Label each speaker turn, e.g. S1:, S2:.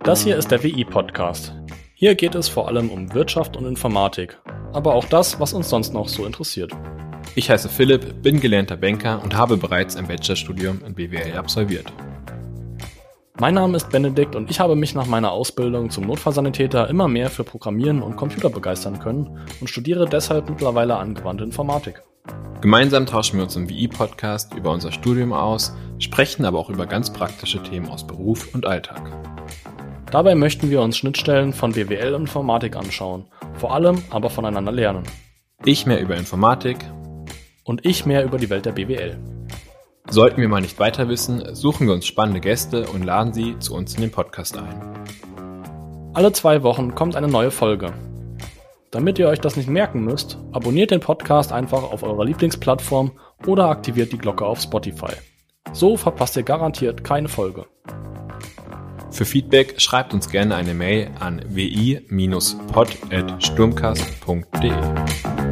S1: Das hier ist der WI-Podcast. Hier geht es vor allem um Wirtschaft und Informatik, aber auch das, was uns sonst noch so interessiert.
S2: Ich heiße Philipp, bin gelernter Banker und habe bereits ein Bachelorstudium in BWL absolviert.
S1: Mein Name ist Benedikt und ich habe mich nach meiner Ausbildung zum Notfallsanitäter immer mehr für Programmieren und Computer begeistern können und studiere deshalb mittlerweile angewandte Informatik.
S2: Gemeinsam tauschen wir uns im WI-Podcast über unser Studium aus, sprechen aber auch über ganz praktische Themen aus Beruf und Alltag.
S1: Dabei möchten wir uns Schnittstellen von BWL und Informatik anschauen, vor allem aber voneinander lernen.
S2: Ich mehr über Informatik
S1: Und ich mehr über die Welt der BWL.
S2: Sollten wir mal nicht weiter wissen, suchen wir uns spannende Gäste und laden sie zu uns in den Podcast ein.
S1: Alle 2 Wochen kommt eine neue Folge. Damit ihr euch das nicht merken müsst, abonniert den Podcast einfach auf eurer Lieblingsplattform oder aktiviert die Glocke auf Spotify. So verpasst ihr garantiert keine Folge.
S2: Für Feedback schreibt uns gerne eine Mail an wi-pod@sturmcast.de.